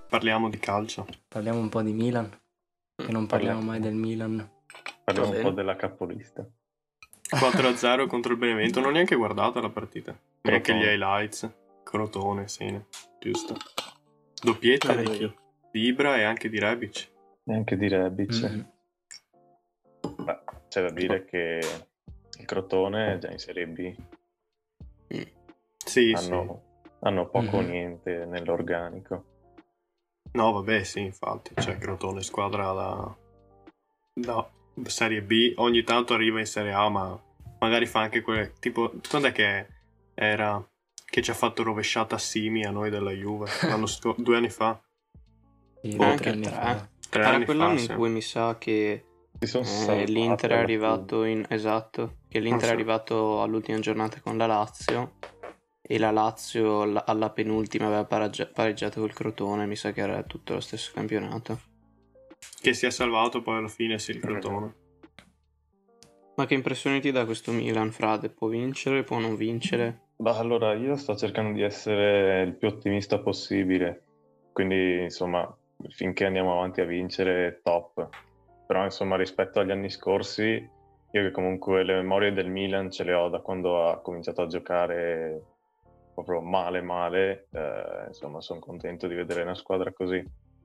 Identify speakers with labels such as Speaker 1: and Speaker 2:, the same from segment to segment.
Speaker 1: Parliamo di calcio.
Speaker 2: Parliamo un po' di Milan, che non parliamo mai del Milan.
Speaker 3: Parliamo
Speaker 4: Va
Speaker 3: un
Speaker 4: bene.
Speaker 3: po' della capolista.
Speaker 1: 4-0 contro il Benevento. Non ho neanche guardata la partita. Neanche gli
Speaker 3: Crotone.
Speaker 1: highlights. Crotone, sì, giusto. Doppietta
Speaker 4: La
Speaker 1: di
Speaker 4: vedo
Speaker 1: chi?
Speaker 4: io.
Speaker 1: Di Ibra e anche di Rebic.
Speaker 3: Neanche di Rebic.
Speaker 2: Mm.
Speaker 3: Beh, c'è da dire che il Crotone è già in Serie B.
Speaker 1: Sì,
Speaker 3: Hanno poco o
Speaker 2: Mhm.
Speaker 3: niente nell'organico.
Speaker 1: No, vabbè, sì, infatti. Cioè, Crotone squadra da Serie B. Ogni tanto arriva in Serie A, ma magari fa anche quelle... Tipo, quando è che era che ci ha fatto rovesciata Simi a noi della Juve? 2 anni fa?
Speaker 2: Sì,
Speaker 1: Boh,
Speaker 4: Anche
Speaker 2: 3 anni
Speaker 4: tre.
Speaker 2: fa.
Speaker 1: 3
Speaker 4: Era
Speaker 1: anni
Speaker 4: quell'anno
Speaker 1: fa,
Speaker 4: in
Speaker 1: sì.
Speaker 4: cui mi sa che
Speaker 3: Si sono salvati
Speaker 4: l'Inter è
Speaker 3: alla
Speaker 4: arrivato in... Esatto, che l'Inter
Speaker 1: Ah,
Speaker 4: è
Speaker 1: sì.
Speaker 4: arrivato all'ultima giornata con la Lazio e la Lazio alla penultima aveva pareggiato col Crotone, mi sa che era tutto lo stesso campionato.
Speaker 1: Che si è salvato poi alla fine, sì, il Crotone.
Speaker 4: Ma che impressioni ti dà questo Milan, Frade? Può vincere, può non vincere?
Speaker 3: Bah, allora, io sto cercando di essere il più ottimista possibile, quindi insomma, finché andiamo avanti a vincere, top. Però insomma, rispetto agli anni scorsi, io che comunque le memorie del Milan ce le ho da quando ha cominciato a giocare proprio male, insomma, sono contento di vedere una squadra così.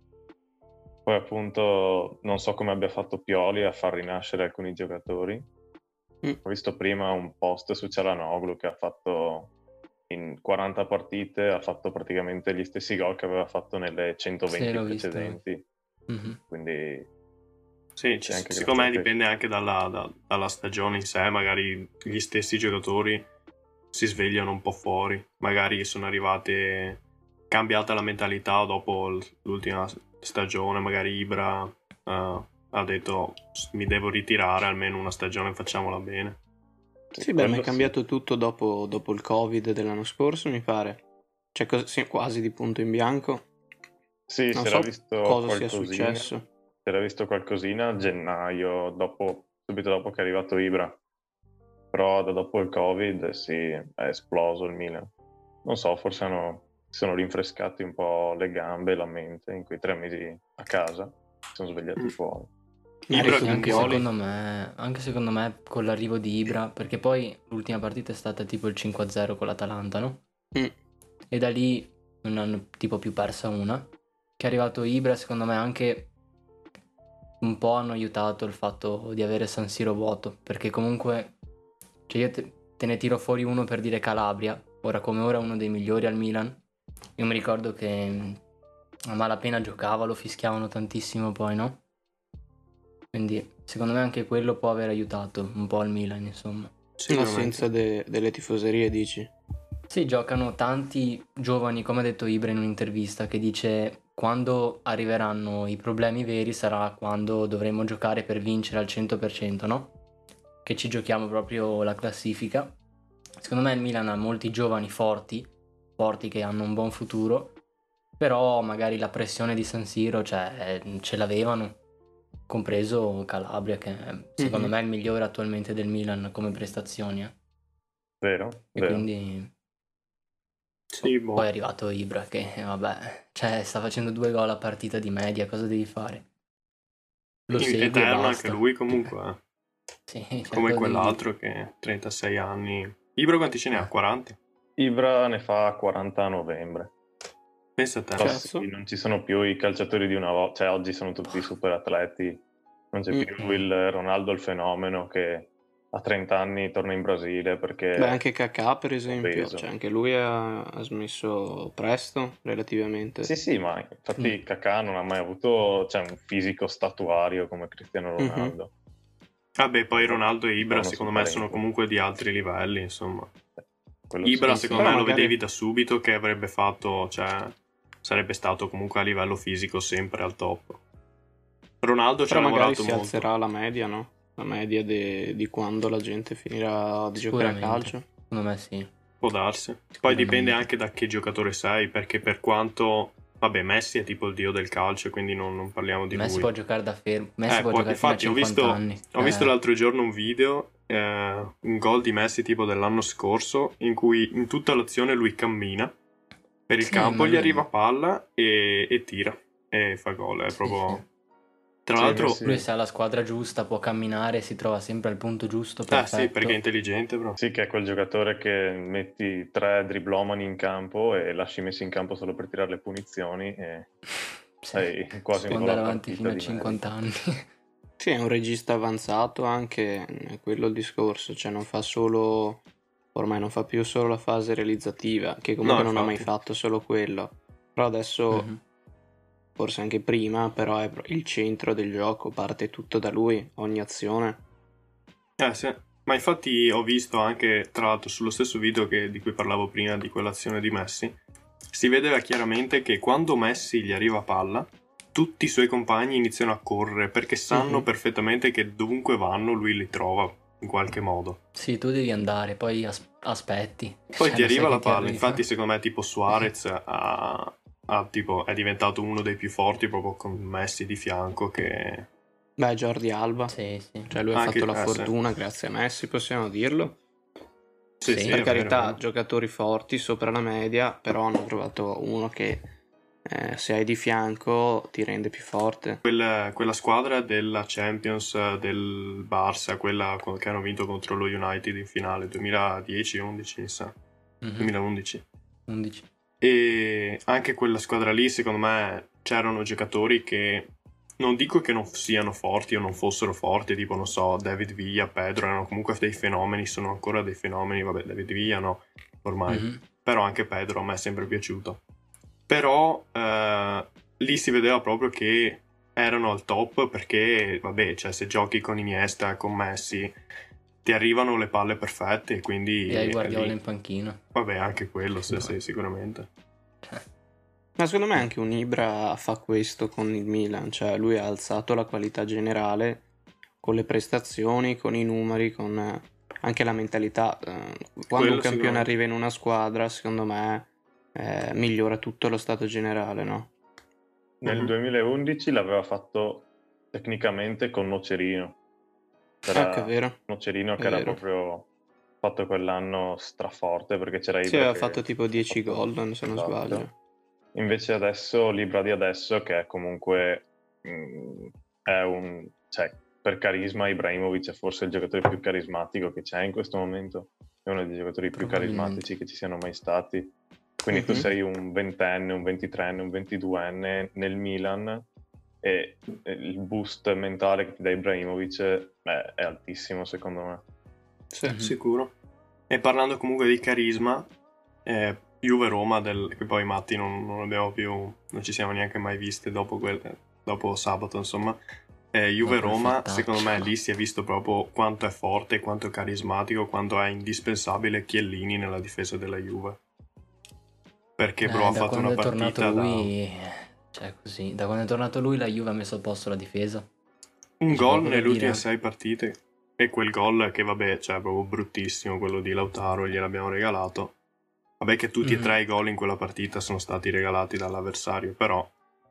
Speaker 3: Poi appunto non so come abbia fatto Pioli a far rinascere alcuni giocatori. Ho visto prima un post su Cialanoglu che ha fatto in 40 partite, ha fatto praticamente gli stessi gol che aveva fatto nelle 120
Speaker 2: Sì, l'ho visto.
Speaker 3: precedenti.
Speaker 2: Mhm.
Speaker 3: Quindi
Speaker 1: Sì,
Speaker 3: c'è anche
Speaker 1: secondo me
Speaker 3: grazie a
Speaker 1: dipende anche dalla stagione in sé, magari gli stessi giocatori si svegliano un po' fuori, magari sono arrivate, cambiata la mentalità dopo l'ultima stagione, magari Ibra ha detto mi devo ritirare, almeno una stagione facciamola bene.
Speaker 4: Sì, beh, ma è
Speaker 3: quello
Speaker 4: cambiato tutto dopo il Covid dell'anno scorso, mi pare. Cioè, sì, quasi di punto in bianco.
Speaker 3: Sì,
Speaker 4: Non
Speaker 3: si era
Speaker 4: so
Speaker 3: visto
Speaker 4: cosa sia
Speaker 3: qualcosina.
Speaker 4: successo.
Speaker 3: Si era visto qualcosina a gennaio, subito dopo che è arrivato Ibra. Però dopo il Covid sì, è esploso il Milan. Non so, forse si sono rinfrescati un po' le gambe e la mente in quei 3 mesi a casa. Si sono svegliati fuori.
Speaker 1: Ibra
Speaker 4: Merito di
Speaker 1: comunque
Speaker 4: Pioli.
Speaker 2: Anche secondo me con l'arrivo di Ibra, perché poi l'ultima partita è stata tipo il 5-0 con l'Atalanta, no?
Speaker 4: Mm.
Speaker 2: E da lì non hanno tipo più persa una. Che è arrivato Ibra, secondo me anche un po' hanno aiutato il fatto di avere San Siro vuoto, perché comunque cioè io te ne tiro fuori uno per dire Calabria, ora come ora uno dei migliori al Milan. Io mi ricordo che a malapena giocava, lo fischiavano tantissimo poi, no? Quindi secondo me anche quello può aver aiutato un po' al Milan, insomma.
Speaker 4: L'assenza delle tifoserie, dici?
Speaker 2: Sì, giocano tanti giovani, come ha detto Ibra in un'intervista, che dice quando arriveranno i problemi veri sarà quando dovremo giocare per vincere al 100%, no? Che ci giochiamo proprio la classifica. Secondo me il Milan ha molti giovani forti che hanno un buon futuro, però magari la pressione di San Siro, cioè, ce l'avevano, compreso Calabria, che secondo me è il migliore attualmente del Milan come prestazioni.
Speaker 3: Vero?
Speaker 2: E
Speaker 3: Vero.
Speaker 2: quindi
Speaker 1: sì, boh.
Speaker 2: poi è arrivato Ibra che vabbè, cioè sta facendo 2 gol a partita di media, cosa devi fare? Lo segui e
Speaker 1: Eterno
Speaker 2: basta.
Speaker 1: anche lui comunque,
Speaker 2: Sì,
Speaker 1: come
Speaker 2: cerco
Speaker 1: quell'altro che ha 36 anni. Ibra quanti ce ne ha? 40?
Speaker 3: Ibra ne fa 40 a novembre.
Speaker 1: Pensa a te.
Speaker 3: Però
Speaker 4: Cazzo.
Speaker 3: sì, non ci sono più i calciatori di una volta, cioè oggi sono tutti super atleti, non c'è più il Ronaldo il fenomeno che a 30 anni torna in Brasile perché
Speaker 4: Beh, anche Kakà, per esempio,
Speaker 3: obeso.
Speaker 4: cioè anche lui ha smesso presto, relativamente.
Speaker 3: Sì, ma infatti Kakà non ha mai avuto un fisico statuario come Cristiano Ronaldo.
Speaker 1: Vabbè, poi Ronaldo e Ibra
Speaker 3: Buono
Speaker 1: secondo
Speaker 3: sul
Speaker 1: me sono
Speaker 3: talento.
Speaker 1: comunque di altri livelli, insomma.
Speaker 3: Quello
Speaker 1: Ibra
Speaker 3: sì.
Speaker 1: secondo
Speaker 4: Però
Speaker 1: me lo
Speaker 4: magari-
Speaker 1: vedevi da subito che avrebbe fatto, cioè sarebbe stato comunque a livello fisico sempre al top. Ronaldo ci ha
Speaker 4: Però magari
Speaker 1: lavorato
Speaker 4: si
Speaker 1: molto.
Speaker 4: alzerà la media, no? La media di quando la gente finirà di giocare a
Speaker 2: Sicuramente.
Speaker 4: calcio.
Speaker 2: Secondo me sì.
Speaker 1: Può darsi. Poi dipende anche da che giocatore sei, perché per quanto... Vabbè, Messi è tipo il dio del calcio, quindi non parliamo di
Speaker 2: Messi
Speaker 1: lui.
Speaker 2: può giocare da fermo. Messi può giocare fino a
Speaker 1: Infatti
Speaker 2: 50 anni.
Speaker 1: ho visto l'altro giorno un video, un gol di Messi tipo dell'anno scorso, in cui in tutta l'azione lui cammina per il
Speaker 2: Sì,
Speaker 1: campo,
Speaker 2: ma
Speaker 1: gli
Speaker 2: lui-
Speaker 1: arriva palla e tira e fa gol. È
Speaker 2: Sì,
Speaker 1: proprio...
Speaker 2: sì.
Speaker 1: Tra
Speaker 3: Sì,
Speaker 1: l'altro,
Speaker 3: Messi-
Speaker 2: Lui se ha la squadra giusta può camminare, si trova sempre al punto giusto,
Speaker 1: sì, perché è
Speaker 2: perfetto.
Speaker 1: intelligente, però.
Speaker 3: Sì, che è quel giocatore che metti 3 driblomani in campo e lasci Messi in campo solo per tirare le punizioni e
Speaker 2: Sì,
Speaker 3: hai quasi
Speaker 2: può
Speaker 3: un gol a
Speaker 2: andare avanti
Speaker 3: partita
Speaker 2: fino a
Speaker 3: di
Speaker 2: 50 anni.
Speaker 4: Sì, è un regista avanzato anche, è quello il discorso, cioè non fa solo, ormai non fa più solo la fase realizzativa, che
Speaker 1: No,
Speaker 4: comunque non ha mai
Speaker 1: infatti.
Speaker 4: fatto solo quello, però adesso,
Speaker 2: Mhm.
Speaker 4: forse anche prima, però è il centro del gioco, parte tutto da lui, ogni azione.
Speaker 1: Sì. Ma infatti ho visto anche, tra l'altro, sullo stesso video di cui parlavo prima, di quell'azione di Messi, si vedeva chiaramente che quando Messi gli arriva palla, tutti i suoi compagni iniziano a correre perché sanno
Speaker 4: Mhm.
Speaker 1: perfettamente che dovunque vanno lui li trova in qualche modo.
Speaker 2: Sì, tu devi andare, poi aspetti.
Speaker 1: Poi
Speaker 2: Cioè,
Speaker 1: ti
Speaker 2: lo sai
Speaker 1: arriva
Speaker 2: che
Speaker 1: la
Speaker 2: ti
Speaker 1: palla,
Speaker 2: arriva.
Speaker 1: infatti secondo me tipo Suarez tipo, è diventato uno dei più forti proprio con Messi di fianco che
Speaker 4: Beh, Jordi Alba,
Speaker 2: Sì, sì.
Speaker 4: cioè lui ha
Speaker 1: anche
Speaker 4: fatto la
Speaker 1: sì.
Speaker 4: fortuna grazie a Messi, possiamo dirlo.
Speaker 1: Sì,
Speaker 2: Sì.
Speaker 1: sì,
Speaker 4: Per
Speaker 1: è vero, è
Speaker 4: carità,
Speaker 1: vero.
Speaker 4: giocatori forti sopra la media, però hanno trovato uno che se hai di fianco ti rende più forte.
Speaker 1: Quella squadra della Champions del Barça, quella che hanno vinto contro lo United in finale 2010-11, mi sa.
Speaker 2: Mhm.
Speaker 1: 2011.
Speaker 2: 11.
Speaker 1: E anche quella squadra lì, secondo me, c'erano giocatori che non dico che non siano forti o non fossero forti, tipo, non so, David Villa, Pedro, erano comunque dei fenomeni, sono ancora dei fenomeni, vabbè, David Villa no, ormai,
Speaker 2: Mhm.
Speaker 1: però anche Pedro a me è sempre piaciuto. Però lì si vedeva proprio che erano al top perché, vabbè, cioè se giochi con Iniesta, con Messi, ti arrivano le palle perfette e quindi
Speaker 2: E hai
Speaker 1: è
Speaker 2: Guardiola
Speaker 1: lì.
Speaker 2: in panchina.
Speaker 1: Vabbè, anche quello, sì, sicuramente.
Speaker 4: Ma secondo me anche un Ibra fa questo con il Milan, cioè lui ha alzato la qualità generale con le prestazioni, con i numeri, con anche la mentalità. Quando un
Speaker 1: Quello
Speaker 4: campione
Speaker 1: sicuramente.
Speaker 4: arriva in una squadra, secondo me migliora tutto lo stato generale, no?
Speaker 3: Nel
Speaker 1: Mhm.
Speaker 3: 2011 l'aveva fatto tecnicamente con Nocerino.
Speaker 4: Ecco, è
Speaker 3: C'era
Speaker 4: vero,
Speaker 3: Nocerino
Speaker 4: è
Speaker 3: che era
Speaker 4: vero.
Speaker 3: proprio fatto quell'anno straforte perché c'era
Speaker 4: Sì,
Speaker 3: Ibra
Speaker 4: aveva
Speaker 3: che
Speaker 4: fatto tipo 10
Speaker 3: ha fatto-
Speaker 4: gol, se non
Speaker 3: esatto.
Speaker 4: sbaglio.
Speaker 3: Invece adesso l'Ibra di adesso che è comunque è un cioè per carisma Ibrahimovic è forse il giocatore più carismatico che c'è in questo momento, è uno dei giocatori più
Speaker 2: Probabilmente.
Speaker 3: carismatici che ci siano mai stati. Quindi tu
Speaker 4: Mhm.
Speaker 3: sei un 20enne, un 23enne, un 22enne nel Milan e il boost mentale che ti dà Ibrahimovic è altissimo secondo me.
Speaker 4: Sì.
Speaker 2: Mhm.
Speaker 1: Sicuro. E parlando comunque di carisma, Juve-Roma, che poi Matti non abbiamo più, non ci siamo neanche mai viste dopo sabato, insomma.
Speaker 2: Dopo il
Speaker 1: Juve-Roma,
Speaker 2: fattaccio.
Speaker 1: secondo me lì si è visto proprio quanto è forte, quanto è carismatico, quanto è indispensabile Chiellini nella difesa della Juve. Perché bro ha
Speaker 2: Da
Speaker 1: fatto una
Speaker 2: quando è tornato
Speaker 1: partita
Speaker 2: lui, cioè così, da quando è tornato lui la Juve ha messo a posto la difesa.
Speaker 1: un
Speaker 2: C'è
Speaker 1: gol
Speaker 2: poco da
Speaker 1: nelle ultime
Speaker 2: dire.
Speaker 1: 6 partite. E quel gol che vabbè, cioè proprio bruttissimo, quello di Lautaro, gliel'abbiamo regalato. Vabbè che tutti e
Speaker 2: Mhm.
Speaker 1: tre i gol in quella partita sono stati regalati dall'avversario, però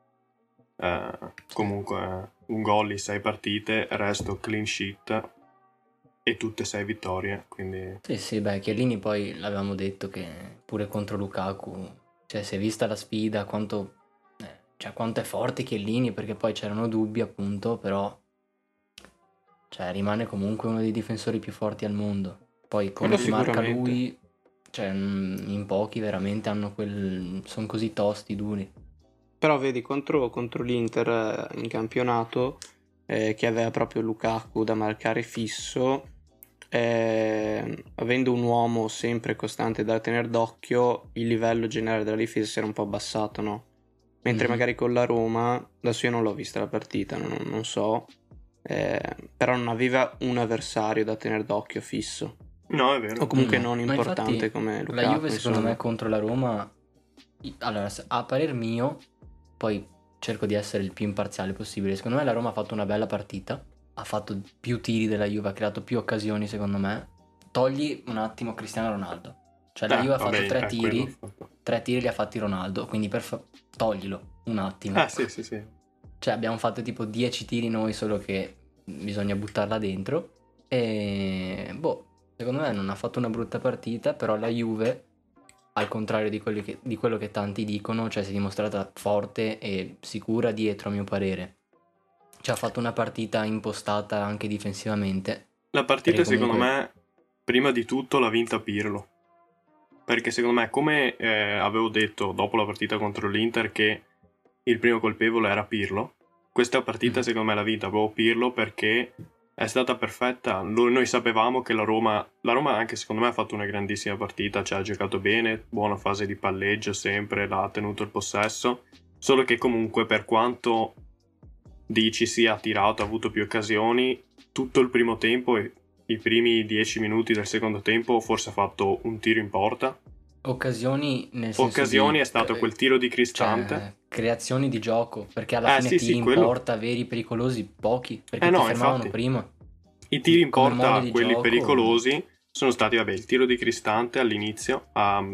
Speaker 1: comunque un gol in 6 partite, resto clean sheet e tutte 6 vittorie, quindi
Speaker 2: Sì, sì, beh, Chiellini poi l'avevamo detto che pure contro Lukaku, cioè si è vista la sfida, quanto è forte Chiellini, perché poi c'erano dubbi appunto, però cioè, rimane comunque uno dei difensori più forti al mondo. Poi come
Speaker 4: Quello
Speaker 2: ti marca
Speaker 4: sicuramente.
Speaker 2: lui, cioè in pochi veramente sono così tosti, duri.
Speaker 4: Però vedi contro l'Inter in campionato che aveva proprio Lukaku da marcare fisso, avendo un uomo sempre costante da tenere d'occhio, il livello generale della difesa si era un po' abbassato, no? Mentre
Speaker 2: Mhm.
Speaker 4: magari con la Roma, adesso io non l'ho vista la partita, non so, però non aveva un avversario da tenere d'occhio fisso,
Speaker 1: no, è
Speaker 4: o
Speaker 1: vero.
Speaker 4: comunque
Speaker 2: No,
Speaker 4: non
Speaker 2: ma
Speaker 4: importante
Speaker 2: infatti
Speaker 4: come
Speaker 2: la Juve
Speaker 4: Lukaku,
Speaker 2: secondo me
Speaker 4: insomma.
Speaker 2: contro la Roma, allora a parer mio, poi cerco di essere il più imparziale possibile, secondo me la Roma ha fatto una bella partita, ha fatto più tiri della Juve, ha creato più occasioni secondo me. Togli un attimo Cristiano Ronaldo, cioè la Juve ha fatto
Speaker 1: Vabbè, è quello.
Speaker 2: 3 tiri li ha fatti Ronaldo, quindi toglilo un attimo.
Speaker 1: Sì, sì, sì.
Speaker 2: Cioè abbiamo fatto tipo 10 tiri noi, solo che bisogna buttarla dentro. E boh, secondo me non ha fatto una brutta partita, però la Juve al contrario di quello che tanti dicono, cioè si è dimostrata forte e sicura dietro, a mio parere. Cioè ha fatto una partita impostata anche difensivamente.
Speaker 1: La partita
Speaker 2: Perché
Speaker 1: secondo
Speaker 2: comunque-
Speaker 1: me, prima di tutto l'ha vinta Pirlo. Perché secondo me, come avevo detto dopo la partita contro l'Inter, che il primo colpevole era Pirlo, questa partita
Speaker 2: Mhm.
Speaker 1: secondo me l'ha vinta proprio Pirlo perché è stata perfetta. Noi sapevamo che la Roma anche secondo me ha fatto una grandissima partita, cioè ha giocato bene, buona fase di palleggio sempre, l'ha tenuto il possesso, solo che comunque per quanto dici sia tirato, ha avuto più occasioni, tutto il primo tempo e i primi 10 minuti del secondo tempo forse ha fatto un tiro in porta.
Speaker 2: Occasioni nel senso
Speaker 1: Occasioni
Speaker 2: di
Speaker 1: è stato quel tiro di Cristante.
Speaker 2: cioè, creazioni di gioco, perché alla fine
Speaker 1: Sì,
Speaker 2: tiri
Speaker 1: sì,
Speaker 2: in
Speaker 1: quello.
Speaker 2: porta veri pericolosi pochi, perché ti
Speaker 1: No,
Speaker 2: fermavano
Speaker 1: infatti.
Speaker 2: prima.
Speaker 1: I tiri in
Speaker 2: Come modo
Speaker 1: porta,
Speaker 2: di
Speaker 1: quelli
Speaker 2: gioco,
Speaker 1: pericolosi, sono stati, vabbè, il tiro di Cristante all'inizio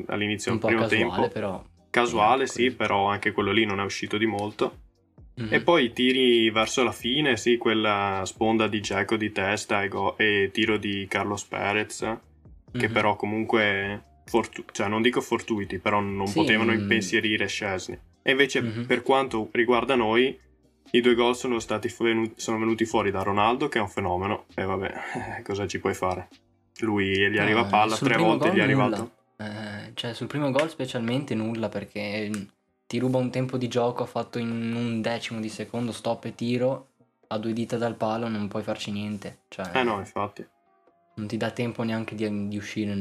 Speaker 2: un
Speaker 1: del
Speaker 2: po'
Speaker 1: primo
Speaker 2: casuale,
Speaker 1: tempo.
Speaker 2: però
Speaker 1: Casuale,
Speaker 2: anche
Speaker 1: sì,
Speaker 2: quello.
Speaker 1: però anche quello lì non è uscito di molto.
Speaker 2: Mhm.
Speaker 1: E poi i tiri verso la fine, sì, quella sponda di Dzeko di testa e tiro di Carlos Perez, che
Speaker 2: Mhm.
Speaker 1: però comunque, cioè non dico fortuiti, però non
Speaker 2: Sì,
Speaker 1: potevano impensierire Szczesny. E invece,
Speaker 2: Mhm.
Speaker 1: per quanto riguarda noi, i 2 gol sono venuti fuori da Ronaldo, che è un fenomeno, e vabbè, cosa ci puoi fare? Lui gli arriva palla,
Speaker 2: sul
Speaker 1: 3
Speaker 2: primo
Speaker 1: volte
Speaker 2: gol
Speaker 1: gli è
Speaker 2: nulla.
Speaker 1: arrivato.
Speaker 2: Cioè sul primo gol specialmente nulla, perché ti ruba un tempo di gioco, ha fatto in un decimo di secondo stop e tiro a 2 dita dal palo, non puoi farci niente, cioè
Speaker 1: No, infatti.
Speaker 2: non ti dà tempo neanche di uscire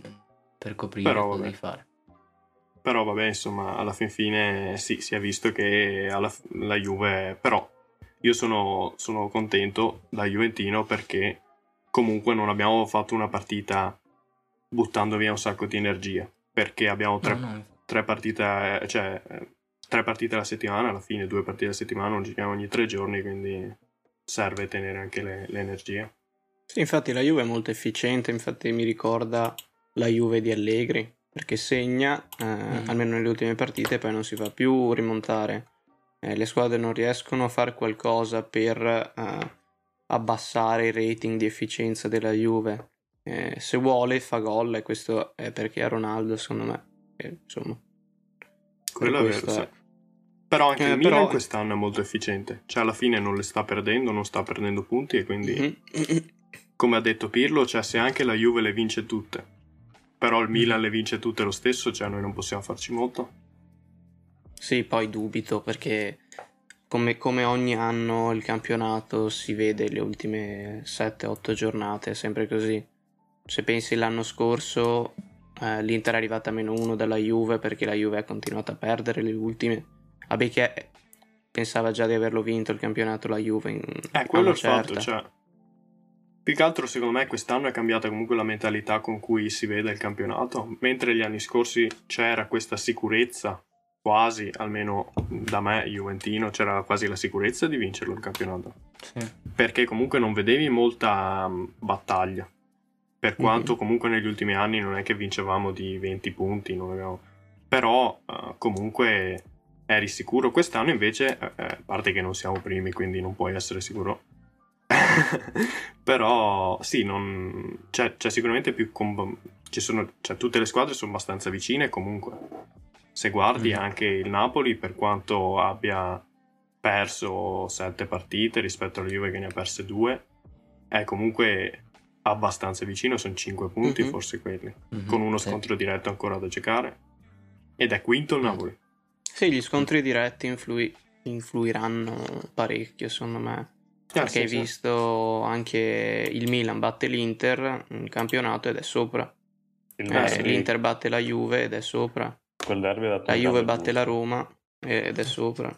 Speaker 2: per coprire
Speaker 1: Però
Speaker 2: cosa
Speaker 1: vabbè.
Speaker 2: devi fare.
Speaker 1: Però vabbè, insomma, alla fin fine sì, si è visto che la Juve... Però io sono contento da Juventino perché comunque non abbiamo fatto una partita buttando via un sacco di energie. Perché abbiamo
Speaker 2: No,
Speaker 1: tre partite, cioè 3 partite alla settimana, alla fine 2 partite alla settimana, non giochiamo ogni 3 giorni, quindi serve tenere anche le energie.
Speaker 4: Sì, infatti la Juve è molto efficiente, infatti mi ricorda la Juve di Allegri, perché segna, almeno nelle ultime partite, poi non si fa più rimontare. Le squadre non riescono a fare qualcosa per abbassare il rating di efficienza della Juve. Se vuole fa gol e questo è perché è Ronaldo, secondo me. Insomma, per
Speaker 1: Quello è vero,
Speaker 4: questo
Speaker 1: sì.
Speaker 4: è.
Speaker 1: Però anche il Milan
Speaker 4: Però
Speaker 1: quest'anno è molto efficiente, cioè alla fine non le sta perdendo, non sta perdendo punti e quindi, come ha detto Pirlo, cioè se anche la Juve le vince tutte, però il Milan le vince tutte lo stesso, cioè noi non possiamo farci molto.
Speaker 4: Sì, poi dubito perché come ogni anno il campionato si vede le ultime 7-8 giornate, è sempre così. Se pensi l'anno scorso l'Inter è arrivata a -1 dalla Juve perché la Juve ha continuato a perdere le ultime. Vabbè che pensava già di averlo vinto il campionato la Juve a
Speaker 1: Quello è
Speaker 4: una
Speaker 1: il fatto,
Speaker 4: certa.
Speaker 1: cioè più che altro secondo me quest'anno è cambiata comunque la mentalità con cui si vede il campionato, mentre gli anni scorsi c'era questa sicurezza, quasi, almeno da me, Juventino, c'era quasi la sicurezza di vincerlo il campionato.
Speaker 2: Sì.
Speaker 1: Perché comunque non vedevi molta battaglia. Per quanto comunque negli ultimi anni non è che vincevamo di 20 punti, però comunque eri sicuro. Quest'anno invece, a parte che non siamo primi, quindi non puoi essere sicuro. Però sì, c'è sicuramente più cioè, tutte le squadre sono abbastanza vicine comunque. Se guardi anche il Napoli, per quanto abbia perso 7 partite rispetto alla Juve che ne ha perse 2, è comunque abbastanza vicino, sono 5 punti forse quelli, con uno
Speaker 2: sì.
Speaker 1: scontro diretto ancora da giocare, ed è quinto il Napoli.
Speaker 4: Sì, gli scontri diretti influiranno parecchio, secondo me. Perché
Speaker 1: sì,
Speaker 4: hai
Speaker 1: sì.
Speaker 4: visto anche il Milan batte l'Inter in campionato ed è sopra. L'Inter batte la Juve ed è sopra.
Speaker 3: Quel derby ha dato
Speaker 4: La
Speaker 3: un
Speaker 4: Juve
Speaker 3: grande
Speaker 4: batte la
Speaker 3: boost.
Speaker 4: Roma ed è sopra.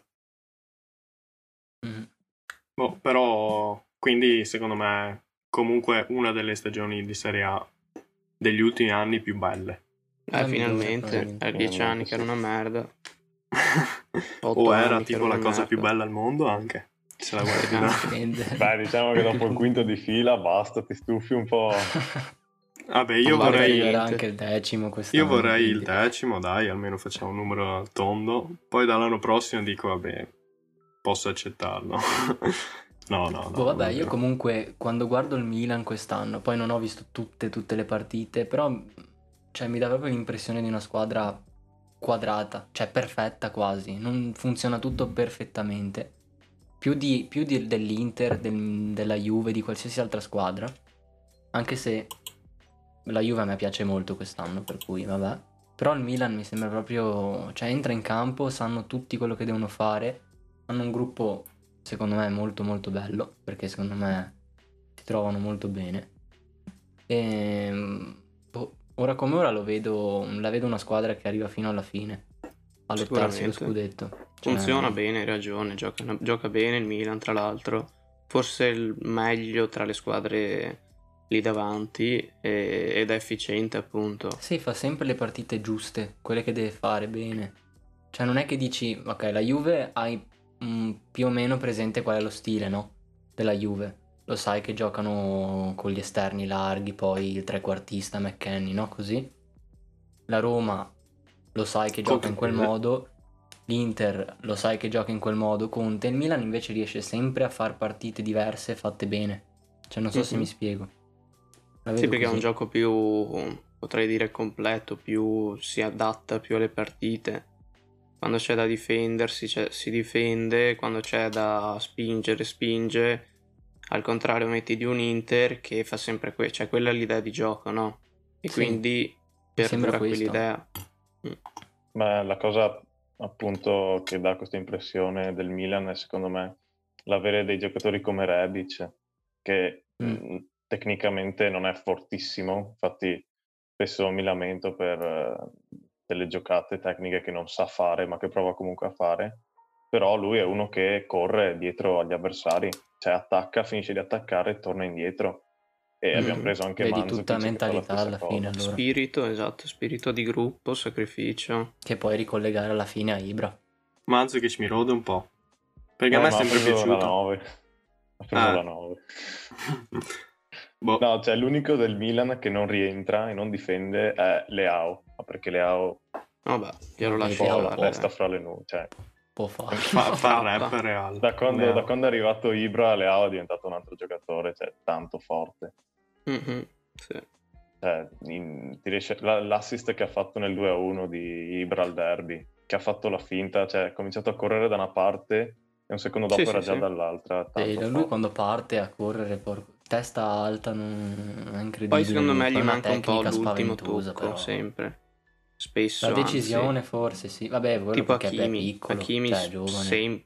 Speaker 1: Però quindi secondo me comunque una delle stagioni di Serie A degli ultimi anni più belle.
Speaker 2: La migliore,
Speaker 4: Finalmente,
Speaker 2: probabilmente.
Speaker 4: 10 anni che era una merda.
Speaker 1: O era
Speaker 4: anni che
Speaker 1: tipo
Speaker 4: era
Speaker 1: la
Speaker 4: una
Speaker 1: cosa più
Speaker 4: merda.
Speaker 1: bella al mondo anche, se la guardi da...
Speaker 2: Dipende.
Speaker 3: Beh, diciamo che dopo il quinto di fila basta, ti stufi un po'.
Speaker 1: Vabbè,
Speaker 2: Magari
Speaker 4: vale
Speaker 2: arriverà
Speaker 4: niente.
Speaker 2: anche il 10° quest'anno.
Speaker 1: io vorrei il
Speaker 2: quindi.
Speaker 1: 10°, dai, almeno facciamo un numero tondo. Poi dall'anno prossimo dico, vabbè, posso accettarlo. No,
Speaker 2: Vabbè, io
Speaker 1: davvero.
Speaker 2: comunque quando guardo il Milan quest'anno, poi non ho visto tutte le partite, però cioè mi dà proprio l'impressione di una squadra quadrata, cioè perfetta quasi, non funziona tutto perfettamente, dell'Inter, della Juve, di qualsiasi altra squadra, anche se la Juve a me piace molto quest'anno, per cui vabbè. Però il Milan mi sembra proprio, cioè entra in campo, sanno tutti quello che devono fare, hanno un gruppo secondo me molto molto bello, perché secondo me si trovano molto bene. E ora come ora la vedo una squadra che arriva fino alla fine a lottarsi lo
Speaker 4: Sicuramente.
Speaker 2: scudetto.
Speaker 4: Funziona bene, hai ragione, gioca bene il Milan tra l'altro, forse il meglio tra le squadre lì davanti ed è efficiente appunto.
Speaker 2: Sì, fa sempre le partite giuste, quelle che deve fare bene. Cioè non è che dici, ok, la Juve hai più o meno presente qual è lo stile, no? Della Juve. Lo sai che giocano con gli esterni larghi, poi il trequartista McKennie, no? Così. La Roma lo sai che gioca in quel modo. L'Inter lo sai che gioca in quel modo. Conte. Il Milan invece riesce sempre a far partite diverse fatte bene. Cioè non so se mi spiego. La
Speaker 4: Sì,
Speaker 2: vedo
Speaker 4: perché è un
Speaker 2: così.
Speaker 4: gioco più, potrei dire, completo, più si adatta più alle partite. Quando c'è da difendersi, si difende, quando c'è da spingere, spinge. Al contrario, metti di un Inter che fa sempre cioè quella è l'idea di gioco, no? E
Speaker 2: Sì,
Speaker 4: quindi
Speaker 2: mi sembra
Speaker 4: perdura
Speaker 2: questo.
Speaker 4: quell'idea.
Speaker 3: Ma la cosa appunto che dà questa impressione del Milan è secondo me l'avere dei giocatori come Rebic, che tecnicamente non è fortissimo, infatti spesso mi lamento per delle giocate tecniche che non sa fare, ma che prova comunque a fare. Però lui è uno che corre dietro agli avversari, cioè attacca, finisce di attaccare e torna indietro. E abbiamo preso anche
Speaker 2: Vedi tutta
Speaker 3: Mandzukic che fa la
Speaker 2: mentalità
Speaker 3: stessa
Speaker 2: alla
Speaker 3: cosa.
Speaker 2: fine allora,
Speaker 4: Spirito, esatto, spirito di gruppo, sacrificio.
Speaker 2: che puoi ricollegare alla fine a Ibra.
Speaker 1: Mandzukic mi rode un po', perché a me è
Speaker 3: Ma ha
Speaker 1: sempre
Speaker 3: preso la
Speaker 1: piaciuto.
Speaker 3: 9. Ha preso la 9.
Speaker 1: Boh.
Speaker 3: No, cioè l'unico del Milan che non rientra e non difende è Leao, ma perché Leao
Speaker 4: Vabbè, glielo
Speaker 2: Vabbè,
Speaker 4: lascio
Speaker 2: Leao
Speaker 3: la
Speaker 4: fare.
Speaker 3: testa fra le nuvole. Cioè,
Speaker 2: Può fare.
Speaker 1: Fa
Speaker 4: Frappa.
Speaker 1: rap real.
Speaker 3: da quando
Speaker 1: Leao.
Speaker 3: è arrivato Ibra, Leao è diventato un altro giocatore, cioè tanto forte.
Speaker 4: Sì.
Speaker 3: Cioè, l'assist che ha fatto nel 2-1 di Ibra al derby, che ha fatto la finta, cioè ha cominciato a correre da una parte e un secondo dopo
Speaker 4: Sì,
Speaker 3: era
Speaker 4: sì,
Speaker 3: già
Speaker 4: sì.
Speaker 3: dall'altra. Tanto
Speaker 2: Lui
Speaker 3: forte.
Speaker 2: quando parte a correre, testa alta, è incredibile.
Speaker 4: Poi secondo me
Speaker 2: Poi
Speaker 4: gli
Speaker 2: una
Speaker 4: manca un po'
Speaker 2: tecnica
Speaker 4: l'ultimo
Speaker 2: spaventosa,
Speaker 4: tocco,
Speaker 2: però.
Speaker 4: sempre. Spesso,
Speaker 2: La decisione
Speaker 4: anzi.
Speaker 2: forse sì. Vabbè, quello
Speaker 4: Tipo
Speaker 2: perché è piccolo,
Speaker 4: Hakimi
Speaker 2: cioè è giovane.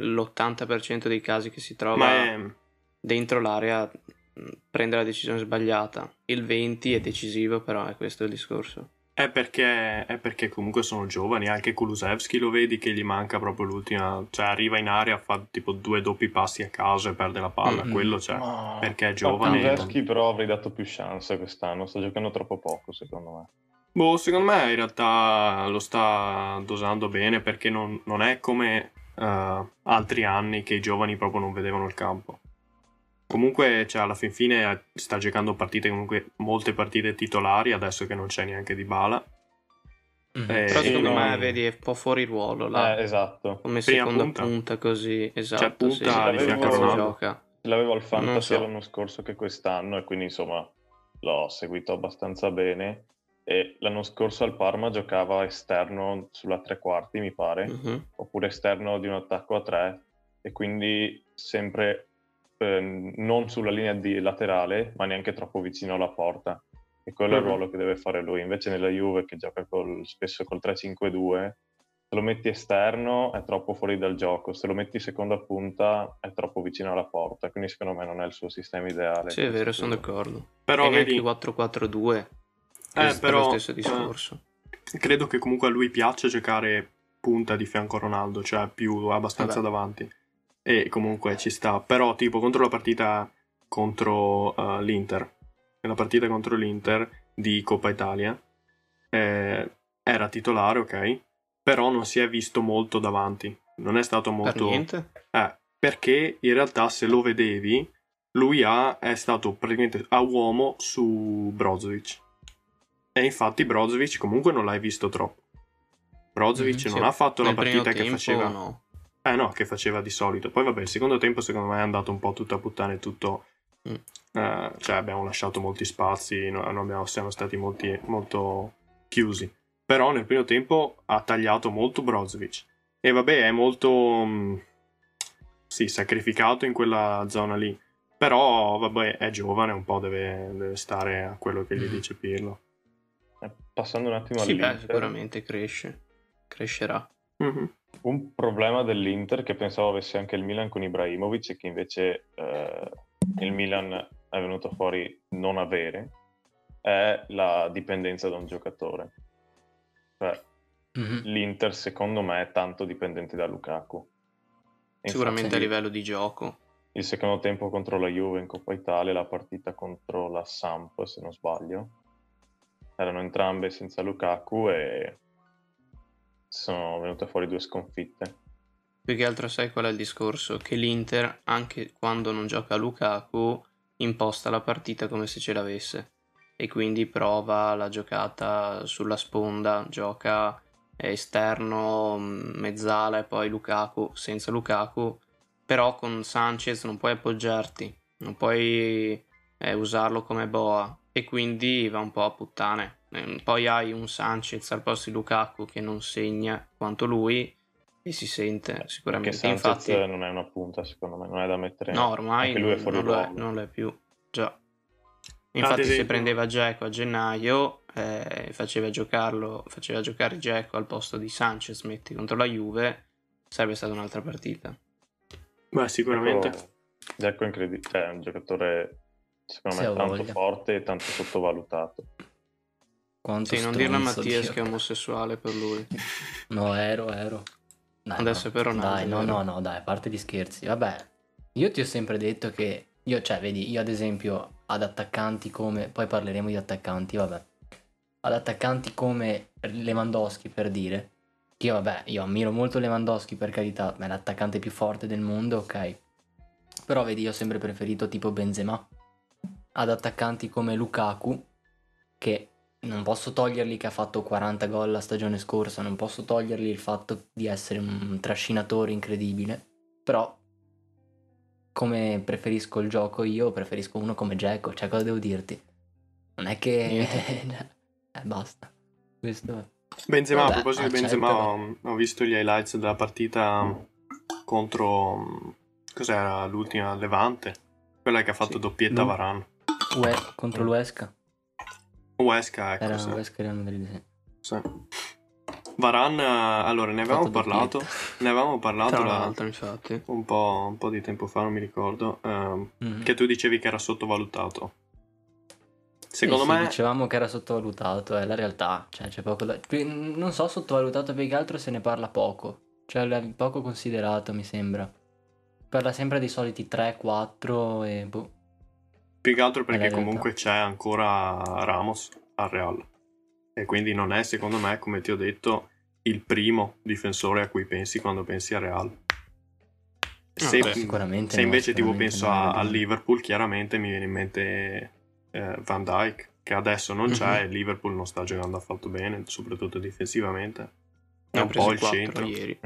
Speaker 4: l'80% dei casi che si
Speaker 1: Ma
Speaker 4: trova dentro l'area prende la decisione sbagliata. Il 20 è decisivo, però è questo il discorso.
Speaker 1: è perché comunque sono giovani. Anche Kulusevski lo vedi che gli manca proprio l'ultima, cioè arriva in area, fa tipo 2 doppi passi a caso e perde la palla. Quello cioè, perché è giovane.
Speaker 3: Kulusevski però avrei dato più chance quest'anno, sta giocando troppo poco secondo me.
Speaker 1: Boh, secondo me in realtà lo sta dosando bene, perché non è come altri anni che i giovani proprio non vedevano il campo. Comunque, cioè, alla fin fine sta giocando partite, comunque molte partite titolari, adesso che non c'è neanche Dybala.
Speaker 4: Però secondo
Speaker 3: no.
Speaker 4: me, vedi, è un po' fuori ruolo là.
Speaker 3: Esatto.
Speaker 4: Come
Speaker 1: Prima
Speaker 4: seconda
Speaker 1: punta.
Speaker 4: così, esatto.
Speaker 1: punta
Speaker 3: di fianco a
Speaker 4: si
Speaker 3: Ronaldo.
Speaker 4: gioca.
Speaker 3: L'avevo al Fantasy
Speaker 4: Non so.
Speaker 3: l'anno scorso che quest'anno e quindi insomma l'ho seguito abbastanza bene. E l'anno scorso al Parma giocava esterno sulla tre quarti, mi pare, oppure esterno di un attacco a 3, e quindi sempre non sulla linea di laterale, ma neanche troppo vicino alla porta. E quello è il ruolo che deve fare lui. Invece nella Juve, che gioca spesso col 3-5-2, se lo metti esterno è troppo fuori dal gioco, se lo metti seconda punta è troppo vicino alla porta, quindi secondo me non è il suo sistema ideale.
Speaker 4: Sì, è vero, sono d'accordo.
Speaker 1: Però
Speaker 4: e neanche
Speaker 1: vedi,
Speaker 4: 4-4-2 è
Speaker 1: però,
Speaker 4: lo stesso discorso.
Speaker 1: Credo che comunque a lui piaccia giocare punta di fianco a Ronaldo, cioè più abbastanza davanti. E comunque ci sta. Però tipo contro la partita contro l'Inter, nella partita contro l'Inter di Coppa Italia, era titolare, ok? Però non si è visto molto davanti. Non è stato molto...
Speaker 4: Per niente?
Speaker 1: Perché in realtà se lo vedevi, lui è stato praticamente a uomo su Brozovic. E infatti Brozovic comunque non l'hai visto troppo. Brozovic non ha fatto la partita che faceva...
Speaker 4: No.
Speaker 1: No, che faceva di solito. Poi vabbè, il secondo tempo secondo me è andato un po' tutto a puttane tutto. Cioè abbiamo lasciato molti spazi, siamo stati molto chiusi. Però nel primo tempo ha tagliato molto Brozovic. E vabbè, è molto sì, sacrificato in quella zona lì. Però vabbè, è giovane, un po' deve stare a quello che gli dice Pirlo.
Speaker 3: Passando un attimo
Speaker 4: Sì, beh,
Speaker 3: all'Inter,
Speaker 4: sicuramente crescerà.
Speaker 1: Mhm.
Speaker 3: un problema dell'Inter che pensavo avesse anche il Milan con Ibrahimovic e che invece il Milan è venuto fuori non avere, è la dipendenza da un giocatore. Cioè,
Speaker 2: Mhm.
Speaker 3: l'Inter secondo me è tanto dipendente da Lukaku.
Speaker 4: Sicuramente a
Speaker 3: Infatti,
Speaker 4: livello di gioco.
Speaker 3: il secondo tempo contro la Juve in Coppa Italia, la partita contro la Samp, se non sbaglio, erano entrambe senza Lukaku e sono venute fuori 2 sconfitte.
Speaker 4: Più che altro sai qual è il discorso? Che l'Inter, anche quando non gioca Lukaku, imposta la partita come se ce l'avesse. E quindi prova la giocata sulla sponda, gioca esterno, mezzala e poi Lukaku, senza Lukaku. Però con Sanchez non puoi appoggiarti, non puoi usarlo come boa e quindi va un po' a puttane. Poi hai un Sanchez al posto di Lukaku che non segna quanto lui e si sente
Speaker 3: Perché
Speaker 4: sicuramente.
Speaker 3: Sanchez
Speaker 4: Infatti,
Speaker 3: non è una punta, secondo me, non è da mettere.
Speaker 4: no, ormai
Speaker 3: Anche lui è fuori ruolo.
Speaker 4: non lo è più. Già.
Speaker 1: Ad
Speaker 4: Infatti, se
Speaker 1: esempio,
Speaker 4: prendeva Dzeko a gennaio, faceva giocare Dzeko al posto di Sanchez, metti contro la Juve, sarebbe stata un'altra partita.
Speaker 1: beh, sicuramente.
Speaker 3: Dzeko è incredibile, cioè è un giocatore secondo
Speaker 2: Sì,
Speaker 3: me
Speaker 2: ha
Speaker 3: tanto
Speaker 2: voglia.
Speaker 3: forte e tanto sottovalutato.
Speaker 2: Quanto
Speaker 4: Sì, non dirlo a
Speaker 2: stronzo,
Speaker 4: Mattias
Speaker 2: Dio.
Speaker 4: che è omosessuale per lui.
Speaker 2: No, ero. Dai,
Speaker 4: Adesso è per Ronaldo,
Speaker 2: dai,
Speaker 4: vero?
Speaker 2: no, dai, a parte gli scherzi. Vabbè, io ti ho sempre detto che vedi, io ad esempio ad attaccanti come, poi parleremo di attaccanti, vabbè. Ad attaccanti come Lewandowski, per dire, che io ammiro molto Lewandowski, per carità, ma è l'attaccante più forte del mondo, ok. Però vedi, io ho sempre preferito tipo Benzema. Ad attaccanti come Lukaku, che non posso togliergli che ha fatto 40 gol la stagione scorsa, non posso togliergli il fatto di essere un trascinatore incredibile, però come preferisco il gioco io, preferisco uno come Dzeko, cioè cosa devo dirti? Non è che...
Speaker 4: Niente.
Speaker 2: basta. Questo è.
Speaker 1: Benzema, a
Speaker 2: Vabbè,
Speaker 1: proposito di Benzema,
Speaker 2: accettalo.
Speaker 1: ho visto gli highlights della partita contro, cos'era, l'ultima Levante, quella che ha fatto
Speaker 4: Sì.
Speaker 1: doppietta
Speaker 2: Lu-
Speaker 1: Varane.
Speaker 2: Contro l'Uesca.
Speaker 1: Huesca, ecco,
Speaker 2: Era
Speaker 1: sì.
Speaker 2: Uesca Real Madrid, sì.
Speaker 1: Sì. Varane, allora ne avevamo
Speaker 2: Fatto
Speaker 1: parlato,
Speaker 4: Tra
Speaker 1: la-
Speaker 4: l'altro, infatti.
Speaker 1: un po' di tempo fa, non mi ricordo,
Speaker 2: Mhm.
Speaker 1: che tu dicevi che era sottovalutato.
Speaker 2: Sì,
Speaker 1: Secondo me,
Speaker 2: dicevamo che era sottovalutato, è la realtà, cioè c'è poco da... Non so, sottovalutato più che altro se ne parla poco, cioè è poco considerato mi sembra. Parla sempre dei soliti 3-4 e boh,
Speaker 1: più che altro
Speaker 2: è la
Speaker 1: perché
Speaker 2: realtà.
Speaker 1: comunque c'è ancora Ramos al Real. E quindi non è, secondo me, come ti ho detto, il primo difensore a cui pensi quando pensi al Real. Se,
Speaker 4: beh,
Speaker 2: sicuramente
Speaker 1: se
Speaker 2: no,
Speaker 1: invece tipo
Speaker 2: sicuramente
Speaker 1: penso
Speaker 2: no, hai
Speaker 1: a
Speaker 2: ragione.
Speaker 1: Liverpool, chiaramente mi viene in mente Van Dijk, che adesso non c'è, e Liverpool non sta giocando affatto bene, soprattutto difensivamente. È
Speaker 4: Ne ho
Speaker 1: un po'
Speaker 4: presi
Speaker 1: il
Speaker 4: 4
Speaker 1: centro.
Speaker 4: ieri.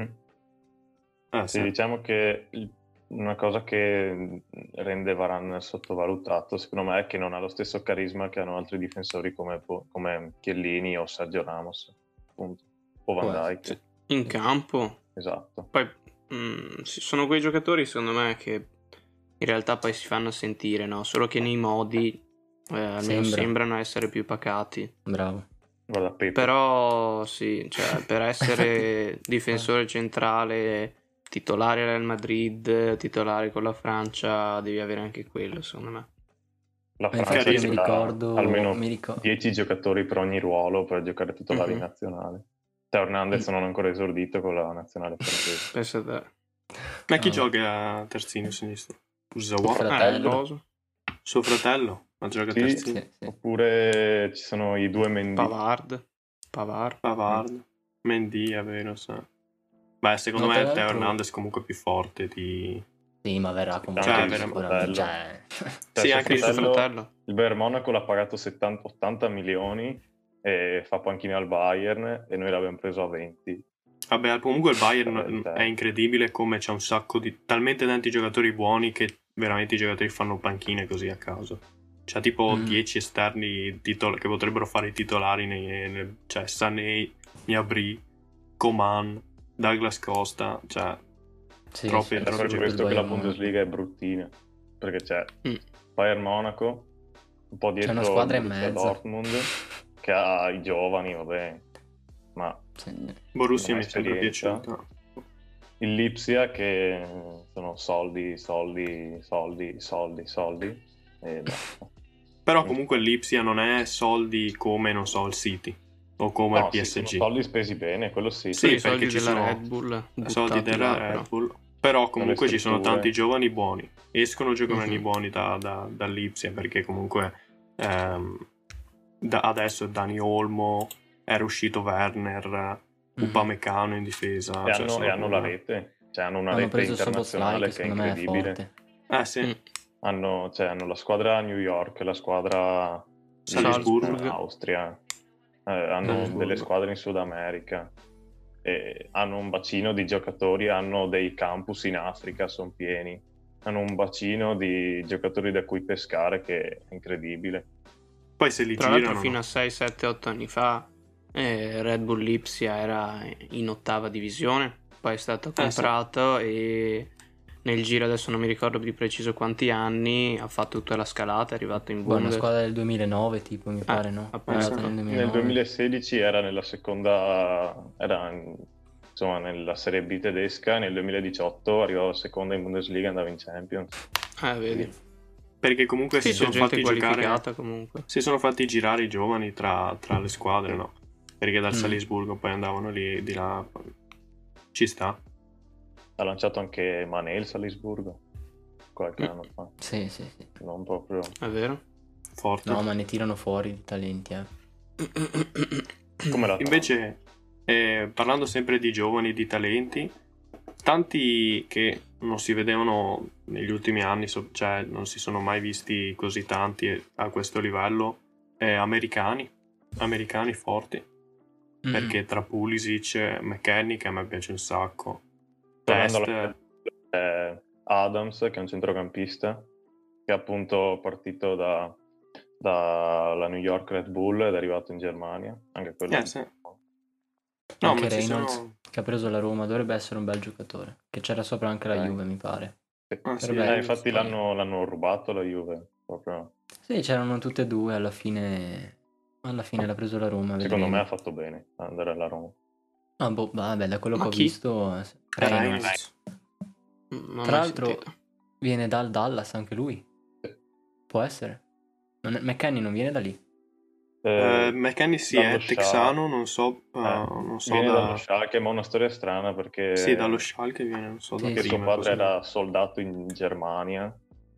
Speaker 3: Sì,
Speaker 1: Sì.
Speaker 3: diciamo che una cosa che rende Varane sottovalutato, secondo me, è che non ha lo stesso carisma che hanno altri difensori come Chiellini o Sergio Ramos, appunto, o Van
Speaker 2: Può essere.
Speaker 3: Dijk.
Speaker 4: In campo.
Speaker 3: Esatto.
Speaker 4: Poi sono quei giocatori, secondo me, che in realtà poi si fanno sentire, no? Solo che nei modi almeno sembrano essere più pacati.
Speaker 2: Bravo.
Speaker 3: Guarda Pepe.
Speaker 4: Però sì, cioè, per essere difensore centrale, titolare Real Madrid, titolare con la Francia, devi avere anche quello, secondo me.
Speaker 3: La
Speaker 2: Ma infatti
Speaker 3: Francia
Speaker 2: io mi
Speaker 3: c'ha
Speaker 2: ricordo...
Speaker 3: almeno
Speaker 2: mi ricor-
Speaker 3: 10 giocatori per ogni ruolo per giocare titolari in
Speaker 4: Mhm.
Speaker 3: nazionale. Teo Hernandez non ha ancora esordito con la nazionale francese.
Speaker 4: Pensa a te.
Speaker 1: Ma chi
Speaker 2: Vabbè.
Speaker 1: gioca a terzino sinistro?
Speaker 2: Suo
Speaker 1: Usawa?
Speaker 2: fratello.
Speaker 4: Coso.
Speaker 1: Suo fratello? Ma gioca a
Speaker 3: Sì,
Speaker 1: terzino?
Speaker 2: Sì.
Speaker 3: oppure ci sono i due Mendy.
Speaker 4: Pavard.
Speaker 1: Pavard? Mendy, è vero, sì. Beh, secondo
Speaker 2: No,
Speaker 1: me
Speaker 2: tra
Speaker 1: Teo
Speaker 2: l'altro-
Speaker 1: Hernandez è comunque più forte di...
Speaker 2: Sì, ma verrà comunque
Speaker 3: Anche
Speaker 1: il
Speaker 2: sicuramente.
Speaker 3: fratello.
Speaker 2: Cioè...
Speaker 3: Cioè,
Speaker 1: Sì,
Speaker 3: suo
Speaker 1: anche il
Speaker 4: suo
Speaker 3: fratello,
Speaker 4: fratello.
Speaker 3: il Bayern Monaco l'ha pagato 80 milioni e fa panchina al Bayern e noi l'abbiamo preso a 20.
Speaker 1: Vabbè, comunque il Bayern
Speaker 3: Vabbè,
Speaker 1: è incredibile come c'è un sacco di... talmente tanti giocatori buoni che veramente i giocatori fanno panchine così a caso. C'ha tipo
Speaker 2: Mm.
Speaker 1: 10 esterni che potrebbero fare i titolari, cioè Sané, Gnabry, Coman, Douglas Costa, cioè
Speaker 2: Sì,
Speaker 1: troppe-
Speaker 3: Ed è
Speaker 1: troppe
Speaker 3: per
Speaker 1: giocatori.
Speaker 3: questo che la
Speaker 2: Bayern Monaco.
Speaker 3: Bundesliga è bruttina, perché c'è
Speaker 4: Mm.
Speaker 3: Bayern Monaco, un po'
Speaker 2: C'è
Speaker 3: dietro
Speaker 2: una
Speaker 3: il
Speaker 2: squadra in
Speaker 3: Borussia
Speaker 2: mezzo.
Speaker 3: Dortmund, che ha i giovani, vabbè, ma
Speaker 2: Sì.
Speaker 1: Borussia
Speaker 3: non ha
Speaker 1: mi è sempre
Speaker 3: esperienza.
Speaker 1: piaciuta.
Speaker 3: Il Lipsia che sono soldi e basta.
Speaker 1: Però comunque l'Ipsia non è soldi come, non so, il City o come il
Speaker 3: No, sì, sono
Speaker 1: PSG.
Speaker 3: soldi spesi bene, quello sì.
Speaker 1: Sì,
Speaker 4: Sono i soldi
Speaker 1: perché ci
Speaker 4: della
Speaker 1: sono
Speaker 4: Red Bull
Speaker 1: soldi
Speaker 4: buttati
Speaker 1: della
Speaker 4: là, però.
Speaker 1: Red Bull. Però comunque ci sono
Speaker 3: strutture.
Speaker 1: tanti giovani buoni. Escono giovani
Speaker 4: Mhm.
Speaker 1: buoni dall'Ipsia, perché comunque adesso Dani Olmo, era uscito Werner, Upamecano in difesa.
Speaker 3: E
Speaker 1: cioè
Speaker 3: hanno,
Speaker 1: sono
Speaker 3: la
Speaker 1: proprio-
Speaker 3: rete, cioè hanno una
Speaker 2: Hanno
Speaker 3: rete
Speaker 2: preso Szoboszlai,
Speaker 3: internazionale
Speaker 2: che
Speaker 3: che è
Speaker 2: secondo me è
Speaker 3: incredibile.
Speaker 2: forte.
Speaker 1: sì.
Speaker 4: Mm.
Speaker 3: Hanno la squadra a New York, la squadra di
Speaker 1: Salisburgo.
Speaker 3: Austria, hanno
Speaker 1: Salisburgo.
Speaker 3: delle squadre in Sud America, e hanno un bacino di giocatori, hanno dei campus in Africa, sono pieni, hanno un bacino di giocatori da cui pescare che è incredibile.
Speaker 1: Poi se li
Speaker 4: Tra l'altro
Speaker 1: girano.
Speaker 4: fino a 6, 7, 8 anni fa Red Bull Lipsia era in 8ª divisione, poi è stato
Speaker 1: sì.
Speaker 4: comprato e nel giro, adesso non mi ricordo di preciso quanti anni, ha fatto tutta la scalata, è arrivato in
Speaker 2: Boh, una
Speaker 4: Bundes.
Speaker 2: squadra del 2009 tipo, mi pare, no?
Speaker 4: appunto.
Speaker 2: È andata nel
Speaker 3: Nel
Speaker 2: 2009.
Speaker 3: 2016 era nella seconda, insomma nella Serie B tedesca, nel 2018 arrivava seconda in Bundesliga e andava in Champions.
Speaker 4: Vedi.
Speaker 1: Perché comunque
Speaker 4: Sì,
Speaker 1: si sono
Speaker 4: c'è gente
Speaker 1: fatti giocare.
Speaker 4: qualificata comunque.
Speaker 1: Si sono fatti girare i giovani tra le squadre, no? Perché dal
Speaker 2: Mm.
Speaker 1: Salisburgo poi andavano lì di là. Ci sta.
Speaker 3: Ha lanciato anche Mané il Salisburgo qualche anno fa,
Speaker 2: Sì, sì, sì.
Speaker 3: non proprio.
Speaker 4: È vero?
Speaker 1: Forte.
Speaker 2: No, ma ne tirano fuori i talenti,
Speaker 3: Come la
Speaker 1: Invece, parlando sempre di giovani, di talenti, tanti che non si vedevano negli ultimi anni, cioè non si sono mai visti così tanti a questo livello, americani forti,
Speaker 2: Mm.
Speaker 1: perché tra Pulisic e McKennie, che a me piace un sacco,
Speaker 3: Tornando
Speaker 1: Test,
Speaker 3: Adams, che è un centrocampista, che è appunto partito dalla New York Red Bull ed è arrivato in Germania, anche quello.
Speaker 1: sì. No,
Speaker 2: Anche
Speaker 1: ma ci
Speaker 2: Reynolds,
Speaker 1: sono.
Speaker 2: che ha preso la Roma, dovrebbe essere un bel giocatore. Che c'era sopra anche la
Speaker 3: Ok.
Speaker 2: Juve, mi pare.
Speaker 1: Ah, sì,
Speaker 2: Però beh,
Speaker 3: Infatti
Speaker 2: poi-
Speaker 3: l'hanno rubato la Juve, proprio.
Speaker 2: Sì, c'erano tutte e due, alla fine l'ha preso la Roma,
Speaker 3: Secondo me
Speaker 2: vedremo.
Speaker 3: ha fatto bene ad andare alla Roma.
Speaker 2: Ah, boh, vabbè, da quello
Speaker 4: Ma
Speaker 2: che ho
Speaker 4: chi?
Speaker 2: visto, Reynolds.
Speaker 1: Reynolds.
Speaker 4: Non ho
Speaker 2: Tra
Speaker 4: mai
Speaker 2: l'altro
Speaker 4: sentito.
Speaker 2: viene dal Dallas anche lui. Può essere. McKennie non viene da lì.
Speaker 1: McKennie sì,
Speaker 3: dallo
Speaker 1: è texano, non so
Speaker 3: viene
Speaker 1: da.
Speaker 3: dallo Schalke, ma ha una storia strana perché
Speaker 1: Sì, dallo Schalke viene, non so da
Speaker 2: Sì,
Speaker 3: perché suo
Speaker 1: prima.
Speaker 3: padre
Speaker 1: cos'è.
Speaker 3: era soldato in Germania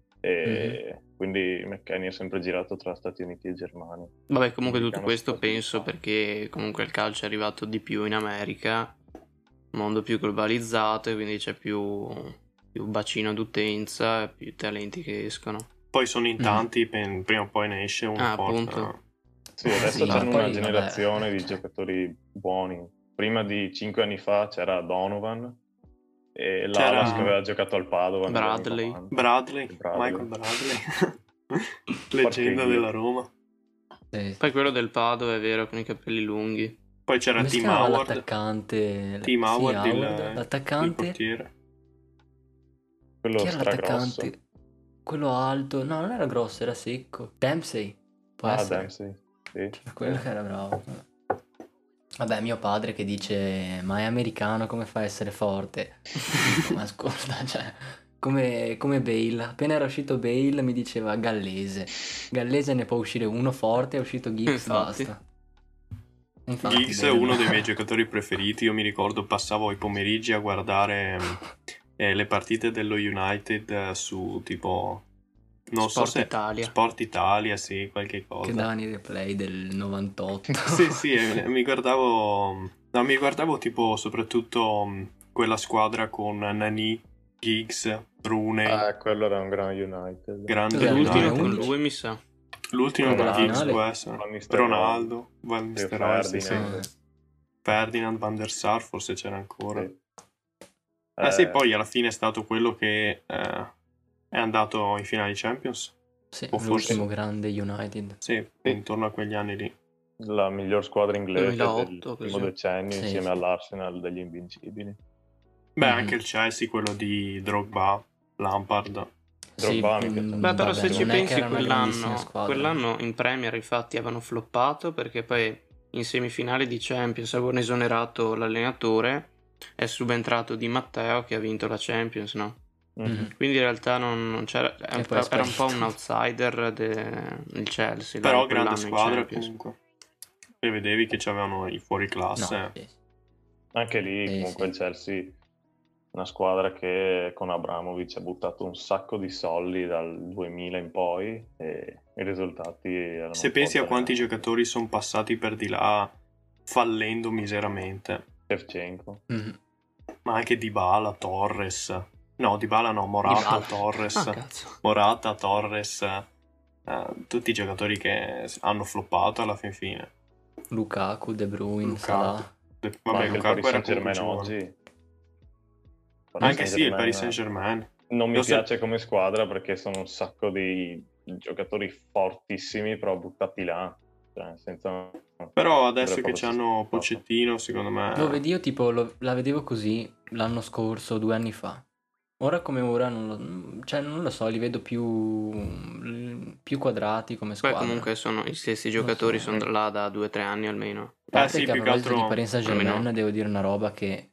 Speaker 3: e quindi McKennie ha sempre girato tra Stati Uniti e Germania.
Speaker 4: Vabbè, comunque tutto
Speaker 3: Americano
Speaker 4: questo
Speaker 3: soprattutto.
Speaker 4: penso perché comunque il calcio è arrivato di più in America, mondo più globalizzato e quindi c'è più bacino d'utenza e più talenti che escono.
Speaker 1: Poi sono in tanti, prima o poi ne esce uno forte.
Speaker 4: appunto.
Speaker 3: Sì, adesso
Speaker 2: Sì,
Speaker 3: c'hanno
Speaker 2: ma
Speaker 3: una
Speaker 2: poi,
Speaker 3: generazione
Speaker 2: vabbè.
Speaker 3: di giocatori buoni. Prima di 5 anni fa c'era Donovan e l'Alas che aveva giocato al Padova negli anni
Speaker 4: Bradley.
Speaker 3: 90.
Speaker 1: Bradley,
Speaker 3: Bradley.
Speaker 1: Michael Bradley, leggenda
Speaker 3: Dio.
Speaker 1: della Roma.
Speaker 2: Sì.
Speaker 4: Poi quello del Padova è vero, con i capelli lunghi.
Speaker 1: Poi c'era
Speaker 2: Come si
Speaker 1: Tim
Speaker 2: chiamava
Speaker 1: Howard,
Speaker 2: l'attaccante?
Speaker 1: Tim
Speaker 2: Sì,
Speaker 1: Howard, il
Speaker 2: l'attaccante.
Speaker 1: portiere.
Speaker 3: Quello
Speaker 2: Chi era
Speaker 3: stragrosso.
Speaker 2: l'attaccante? Quello alto. No, non era grosso, era secco. Dempsey. Può essere.
Speaker 3: Dempsey. Sì.
Speaker 2: Cioè, quello che era bravo. Vabbè, mio padre che dice: ma è americano, come fa a essere forte? Ma ascolta, cioè, come Bale. Appena era uscito Bale mi diceva gallese. Gallese ne può uscire uno forte, è uscito Giggs,
Speaker 4: Infatti.
Speaker 2: basta. Infatti,
Speaker 1: Giggs è
Speaker 2: Bale
Speaker 1: uno
Speaker 2: no.
Speaker 1: dei miei giocatori preferiti. Io mi ricordo passavo i pomeriggi a guardare le partite dello United su tipo non so
Speaker 4: Sport
Speaker 1: se
Speaker 4: Italia.
Speaker 1: Sport Italia, sì, qualche cosa.
Speaker 2: Che davano i replay del 98.
Speaker 1: Sì, mi guardavo tipo soprattutto quella squadra con Nani, Giggs, Rooney,
Speaker 3: Quello era un gran United.
Speaker 1: grande
Speaker 2: Cos'era,
Speaker 4: L'ultimo
Speaker 1: United.
Speaker 4: con
Speaker 2: 2011?
Speaker 4: lui mi sa.
Speaker 1: L'ultimo
Speaker 2: Quello
Speaker 1: con
Speaker 2: della
Speaker 1: Giggs
Speaker 2: finale?
Speaker 1: può essere
Speaker 3: Van Nistelrooy.
Speaker 1: Ronaldo, Van Nistelrooy, sì.
Speaker 3: Ferdinand.
Speaker 1: Ferdinand, Van der Sar forse c'era ancora.
Speaker 3: Sì.
Speaker 1: Sì, poi alla fine è stato quello che è andato in finale di Champions.
Speaker 2: Sì,
Speaker 1: o forse
Speaker 2: l'ultimo grande United.
Speaker 1: sì, intorno a quegli anni lì.
Speaker 3: La miglior squadra inglese
Speaker 4: 2008,
Speaker 3: del
Speaker 4: così.
Speaker 3: primo decennio
Speaker 2: Sì,
Speaker 3: insieme
Speaker 2: sì.
Speaker 3: all'Arsenal degli Invincibili.
Speaker 1: Beh,
Speaker 2: Mhm.
Speaker 1: anche il Chelsea, quello di Drogba, Lampard.
Speaker 2: Sì,
Speaker 3: Drogba mi piace
Speaker 4: Beh, però
Speaker 2: vabbè,
Speaker 4: se ci
Speaker 2: non è che
Speaker 4: pensi
Speaker 2: era una grandissima squadra.
Speaker 4: quell'anno in Premier infatti avevano floppato perché poi in semifinale di Champions avevano esonerato l'allenatore, è subentrato Di Matteo che ha vinto la Champions, no?
Speaker 2: Mhm.
Speaker 4: Quindi in realtà non c'era,
Speaker 2: E poi è
Speaker 4: era un po' un
Speaker 2: sparito.
Speaker 4: outsider del Chelsea, dai,
Speaker 1: Però grande
Speaker 4: quell'anno in
Speaker 1: squadra
Speaker 4: Champions.
Speaker 1: comunque. E vedevi che c'avevano i fuori
Speaker 2: No,
Speaker 1: classe.
Speaker 2: sì.
Speaker 3: Anche lì
Speaker 2: Sì,
Speaker 3: comunque
Speaker 2: sì.
Speaker 3: il Chelsea, una squadra che con Abramovich ha buttato un sacco di soldi dal 2000 in poi e i risultati erano
Speaker 1: Se
Speaker 3: un po'
Speaker 1: pensi a quanti
Speaker 3: altalenanti.
Speaker 1: giocatori sono passati per di là fallendo miseramente,
Speaker 3: Shevchenko.
Speaker 2: Mhm.
Speaker 1: ma anche Dybala, Torres. No, Dybala no, Morata,
Speaker 4: Dybala.
Speaker 1: Torres.
Speaker 4: Ah, cazzo.
Speaker 1: Morata, Torres, tutti i giocatori che hanno floppato alla fin fine.
Speaker 2: Lukaku, De Bruyne,
Speaker 1: Lukaku.
Speaker 2: Salah.
Speaker 3: Ma
Speaker 1: Vabbè,
Speaker 3: anche il
Speaker 1: Lukaku
Speaker 3: Paris
Speaker 1: era comunque
Speaker 3: Saint-Germain
Speaker 1: giovane.
Speaker 3: oggi. Paris
Speaker 1: Anche sì, il Paris
Speaker 3: Saint-Germain
Speaker 1: Saint-Germain.
Speaker 3: non mi
Speaker 1: Io se-
Speaker 3: piace come squadra perché sono un sacco di giocatori fortissimi però buttati là, cioè senza
Speaker 1: Però
Speaker 3: avere
Speaker 1: adesso che
Speaker 3: proprio
Speaker 1: c'hanno
Speaker 3: senso.
Speaker 1: Pochettino, secondo
Speaker 2: Lo
Speaker 1: me...
Speaker 2: vedi, io tipo la vedevo così l'anno scorso, 2 anni fa. Ora come ora cioè, non lo so, li vedo più quadrati come
Speaker 4: Beh,
Speaker 2: squadra.
Speaker 4: comunque sono gli stessi
Speaker 2: Non lo
Speaker 4: giocatori,
Speaker 2: so.
Speaker 4: sono là da 2 o 3 anni almeno.
Speaker 2: A parte
Speaker 1: sì,
Speaker 2: che a
Speaker 1: più che
Speaker 2: proposito di
Speaker 1: altro...
Speaker 2: Paris Saint-Germain
Speaker 4: almeno-
Speaker 2: devo dire una roba che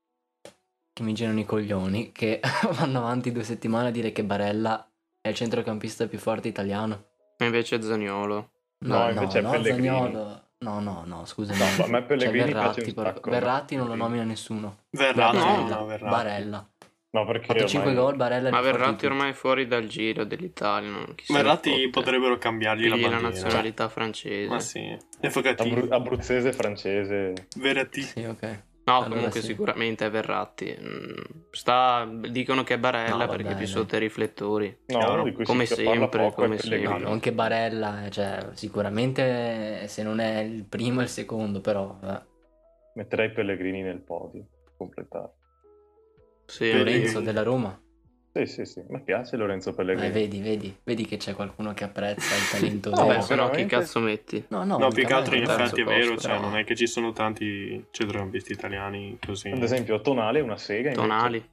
Speaker 2: mi girano i coglioni, che vanno avanti 2 settimane a dire che Barella è il centrocampista più forte italiano.
Speaker 4: E invece Zaniolo.
Speaker 3: No, invece è Pellegrini.
Speaker 2: Zaniolo. No, scusami.
Speaker 3: No, a me
Speaker 2: C'è
Speaker 3: Pellegrini piace
Speaker 2: Verratti,
Speaker 3: un sacco.
Speaker 2: Verratti non lo
Speaker 3: Pellegrini.
Speaker 2: nomina nessuno.
Speaker 1: Verratti,
Speaker 4: No,
Speaker 1: no, Verratti.
Speaker 2: Barella.
Speaker 3: No,
Speaker 2: Ha
Speaker 3: perché
Speaker 2: fatto 5
Speaker 3: ormai
Speaker 2: gol, Barella è il
Speaker 4: Ma
Speaker 2: più forte di
Speaker 4: Verratti
Speaker 2: tutti.
Speaker 4: ormai è fuori dal giro dell'Italia, non chi se ne
Speaker 1: Verratti
Speaker 4: fotte.
Speaker 1: potrebbero cambiargli la
Speaker 4: Pigli la
Speaker 1: bandiera.
Speaker 4: nazionalità francese.
Speaker 1: Ma sì. E Focati.
Speaker 3: abruzzese francese.
Speaker 1: Verratti.
Speaker 2: Sì, ok.
Speaker 4: No,
Speaker 2: Allora
Speaker 4: comunque
Speaker 2: sì.
Speaker 4: sicuramente è Verratti. Dicono che è Barella
Speaker 2: No,
Speaker 4: perché è
Speaker 2: vabbè,
Speaker 4: più
Speaker 2: dai.
Speaker 4: sotto ai riflettori.
Speaker 3: No,
Speaker 1: Chiaro.
Speaker 3: uno di cui
Speaker 4: Come
Speaker 3: si parla
Speaker 4: sempre,
Speaker 3: poco
Speaker 4: come
Speaker 3: è
Speaker 4: sempre.
Speaker 2: No,
Speaker 3: Pellegrini.
Speaker 2: non che Barella, cioè, sicuramente se non è il primo è il secondo, però
Speaker 3: Metterei Pellegrini nel podio, completare.
Speaker 4: Sì,
Speaker 2: Lorenzo
Speaker 1: Vedi-
Speaker 2: della Roma.
Speaker 3: Sì, mi piace Lorenzo Pellegrini.
Speaker 2: Vedi che c'è qualcuno che apprezza il talento
Speaker 3: No,
Speaker 2: vero.
Speaker 4: Vabbè, se no chi
Speaker 3: veramente?
Speaker 4: cazzo metti?
Speaker 2: No,
Speaker 1: No, più
Speaker 2: mica
Speaker 1: che
Speaker 2: me,
Speaker 1: altro in
Speaker 2: però-
Speaker 1: effetti è
Speaker 4: terzo
Speaker 1: vero,
Speaker 4: posto,
Speaker 1: cioè
Speaker 2: però-
Speaker 1: non è che ci sono tanti centrocampisti italiani così.
Speaker 3: Ad esempio Tonali è una sega invece.
Speaker 4: Tonali.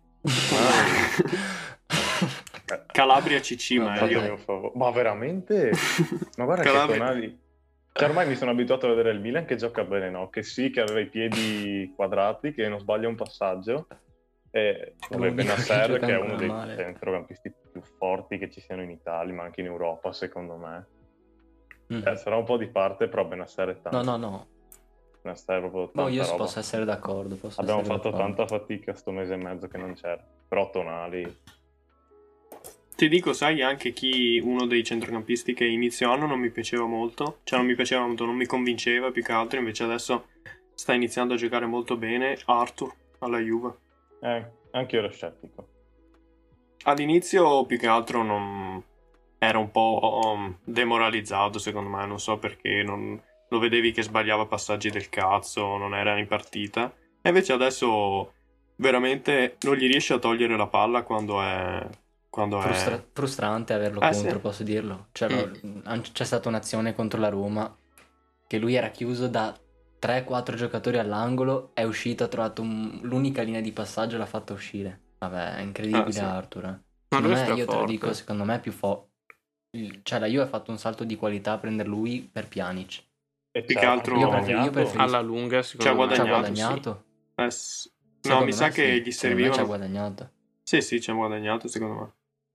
Speaker 1: Calabria CC
Speaker 2: No,
Speaker 1: meglio.
Speaker 3: Fatemi un favore. Ma veramente? Ma guarda
Speaker 1: Calabria-
Speaker 3: che Tonali... Cioè, ormai mi sono abituato a vedere il Milan che gioca bene, no? Che sì, che aveva i piedi quadrati, che non sbaglia un passaggio. E vabbè,
Speaker 2: L'unico che
Speaker 3: Benasser,
Speaker 2: gioca
Speaker 3: che è
Speaker 2: ancora
Speaker 3: uno dei
Speaker 2: male.
Speaker 3: centrocampisti più forti che ci siano in Italia, ma anche in Europa, secondo me.
Speaker 2: Mhm.
Speaker 3: Sarà un po' di parte, però Benasser è tanto.
Speaker 2: No.
Speaker 3: Benasser è proprio
Speaker 2: Boh,
Speaker 3: tanta
Speaker 2: io
Speaker 3: roba.
Speaker 2: posso essere d'accordo.
Speaker 3: Abbiamo fatto tanta fatica sto mese e mezzo che non c'era. Però Tonali...
Speaker 1: Ti dico, sai anche chi uno dei centrocampisti che inizio anno non mi piaceva molto, cioè non mi piaceva molto, non mi convinceva più che altro, invece adesso sta iniziando a giocare molto bene, Arthur alla Juve.
Speaker 3: Anche io ero scettico.
Speaker 1: All'inizio più che altro non era un po' demoralizzato secondo me, non so perché, lo vedevi che sbagliava passaggi del cazzo, non era in partita, e invece adesso veramente non gli riesce a togliere la palla quando è...
Speaker 2: Frustrante averlo
Speaker 1: Ah,
Speaker 2: contro,
Speaker 1: sì.
Speaker 2: posso dirlo. Cioè, c'è stata un'azione contro la Roma che lui era chiuso da 3-4 giocatori all'angolo, è uscito, ha trovato l'unica linea di passaggio e l'ha fatta uscire. Vabbè, è incredibile
Speaker 1: Sì.
Speaker 2: Arthur.
Speaker 4: Ma
Speaker 2: Secondo
Speaker 4: lui è
Speaker 2: me, io te lo
Speaker 4: straforte.
Speaker 2: dico, secondo me è più forte. Cioè, la Juve ha fatto un salto di qualità a prendere lui per Pjanic.
Speaker 3: E
Speaker 1: Più
Speaker 3: ci
Speaker 1: che
Speaker 3: ha
Speaker 1: altro-
Speaker 3: anche
Speaker 1: Io
Speaker 2: preferisco-
Speaker 3: guadagnato.
Speaker 4: Alla lunga,
Speaker 1: Ci ha
Speaker 4: secondo me.
Speaker 2: Ci ha
Speaker 1: Guadagnato,
Speaker 2: guadagnato?
Speaker 1: sì. No,
Speaker 2: Secondo
Speaker 1: mi
Speaker 2: me
Speaker 1: sa che
Speaker 2: sì.
Speaker 1: gli
Speaker 2: Secondo me ci ha
Speaker 1: servivano...
Speaker 2: guadagnato.
Speaker 1: Sì, ci ha guadagnato secondo me.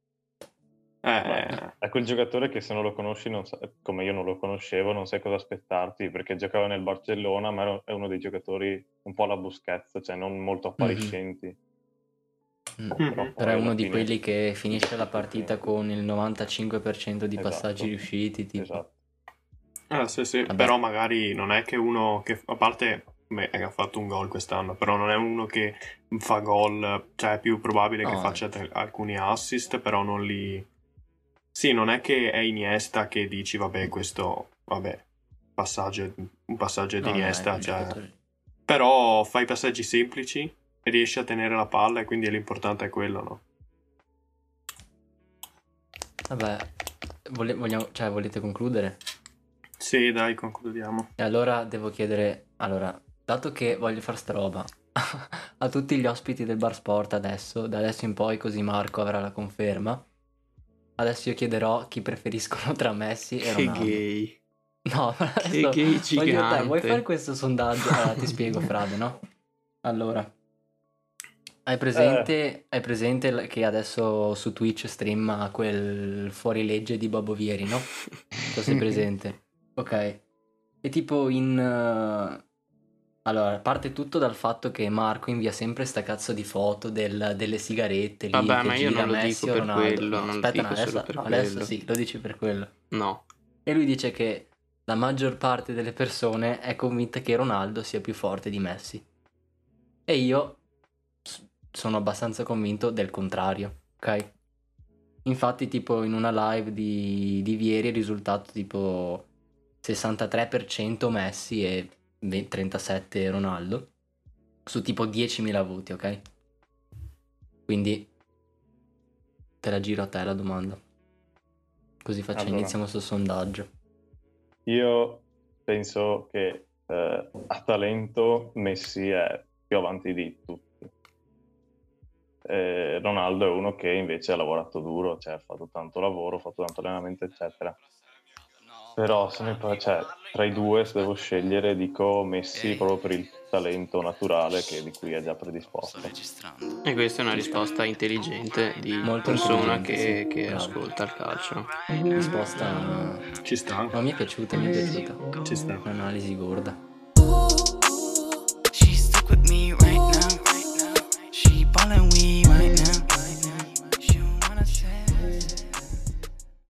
Speaker 3: È quel giocatore che se non lo conosci, come io non lo conoscevo, non sai cosa aspettarti, perché giocava nel Barcellona, ma è uno dei giocatori un po' alla Busquets, cioè non molto appariscenti.
Speaker 1: Mhm.
Speaker 2: Però è
Speaker 3: alla
Speaker 2: uno di
Speaker 3: fine-
Speaker 2: quelli che finisce la partita
Speaker 3: Sì.
Speaker 2: con il 95% di passaggi
Speaker 3: Esatto.
Speaker 2: riusciti, tipo.
Speaker 3: Esatto.
Speaker 1: Sì,
Speaker 2: Vabbè.
Speaker 1: però magari non è che uno che, a parte, ha fatto un gol quest'anno, però non è uno che fa gol, cioè è più probabile che
Speaker 2: No,
Speaker 1: faccia alcuni assist, però non li... Sì, non è che è Iniesta che dici, vabbè, questo, vabbè, un passaggio di
Speaker 2: no,
Speaker 1: Iniesta,
Speaker 2: è un
Speaker 1: cioè...
Speaker 2: giocatore.
Speaker 1: Però fai passaggi semplici e riesci a tenere la palla e quindi l'importante è quello, no?
Speaker 2: Vabbè, volete concludere?
Speaker 1: Sì, dai, concludiamo.
Speaker 2: E allora devo chiedere, dato che voglio fare sta roba a tutti gli ospiti del Bar Sport adesso, da adesso in poi, così Marco avrà la conferma, adesso io chiederò chi preferiscono tra Messi e
Speaker 4: Che
Speaker 2: Ronaldo.
Speaker 4: gay.
Speaker 2: No,
Speaker 4: Che gay gigante.
Speaker 2: vuoi fare questo sondaggio? Allora, ti spiego, Frade, no? Allora, hai presente che adesso su Twitch streama quel fuorilegge di Bobo Vieri, no? Tu sei presente? Ok. E tipo allora, parte tutto dal fatto che Marco invia sempre sta cazzo di foto delle sigarette lì
Speaker 4: Vabbè,
Speaker 2: che
Speaker 4: ma io
Speaker 2: gira
Speaker 4: non lo
Speaker 2: Messi
Speaker 4: dico
Speaker 2: o
Speaker 4: per
Speaker 2: Ronaldo.
Speaker 4: quello,
Speaker 2: No,
Speaker 4: non lo
Speaker 2: aspetta,
Speaker 4: dico solo per
Speaker 2: adesso
Speaker 4: quello.
Speaker 2: sì, lo dici per quello.
Speaker 4: No.
Speaker 2: E lui dice che la maggior parte delle persone è convinta che Ronaldo sia più forte di Messi. E io sono abbastanza convinto del contrario, ok? Infatti tipo in una live di Vieri è risultato tipo 63% Messi e 37 Ronaldo su tipo 10.000 voti, ok? Quindi te la giro a te la domanda. Così
Speaker 3: Allora.
Speaker 2: iniziamo sul sondaggio.
Speaker 3: Io penso che a talento Messi è più avanti di tutti. Ronaldo è uno che invece ha lavorato duro, cioè ha fatto tanto lavoro, ha fatto tanto allenamento, eccetera. Però tra i due, se devo scegliere, dico Messi proprio per il talento naturale di cui è già predisposto.
Speaker 4: E questa è una risposta intelligente di
Speaker 2: Molto
Speaker 4: persona
Speaker 2: intelligente, sì,
Speaker 4: che
Speaker 2: bravo.
Speaker 4: ascolta il calcio.
Speaker 2: Risposta
Speaker 1: Ci sta.
Speaker 2: no, mi è piaciuta.
Speaker 1: Ci sta.
Speaker 2: Un'analisi gorda.
Speaker 5: She stuck with me right now. She ballin' we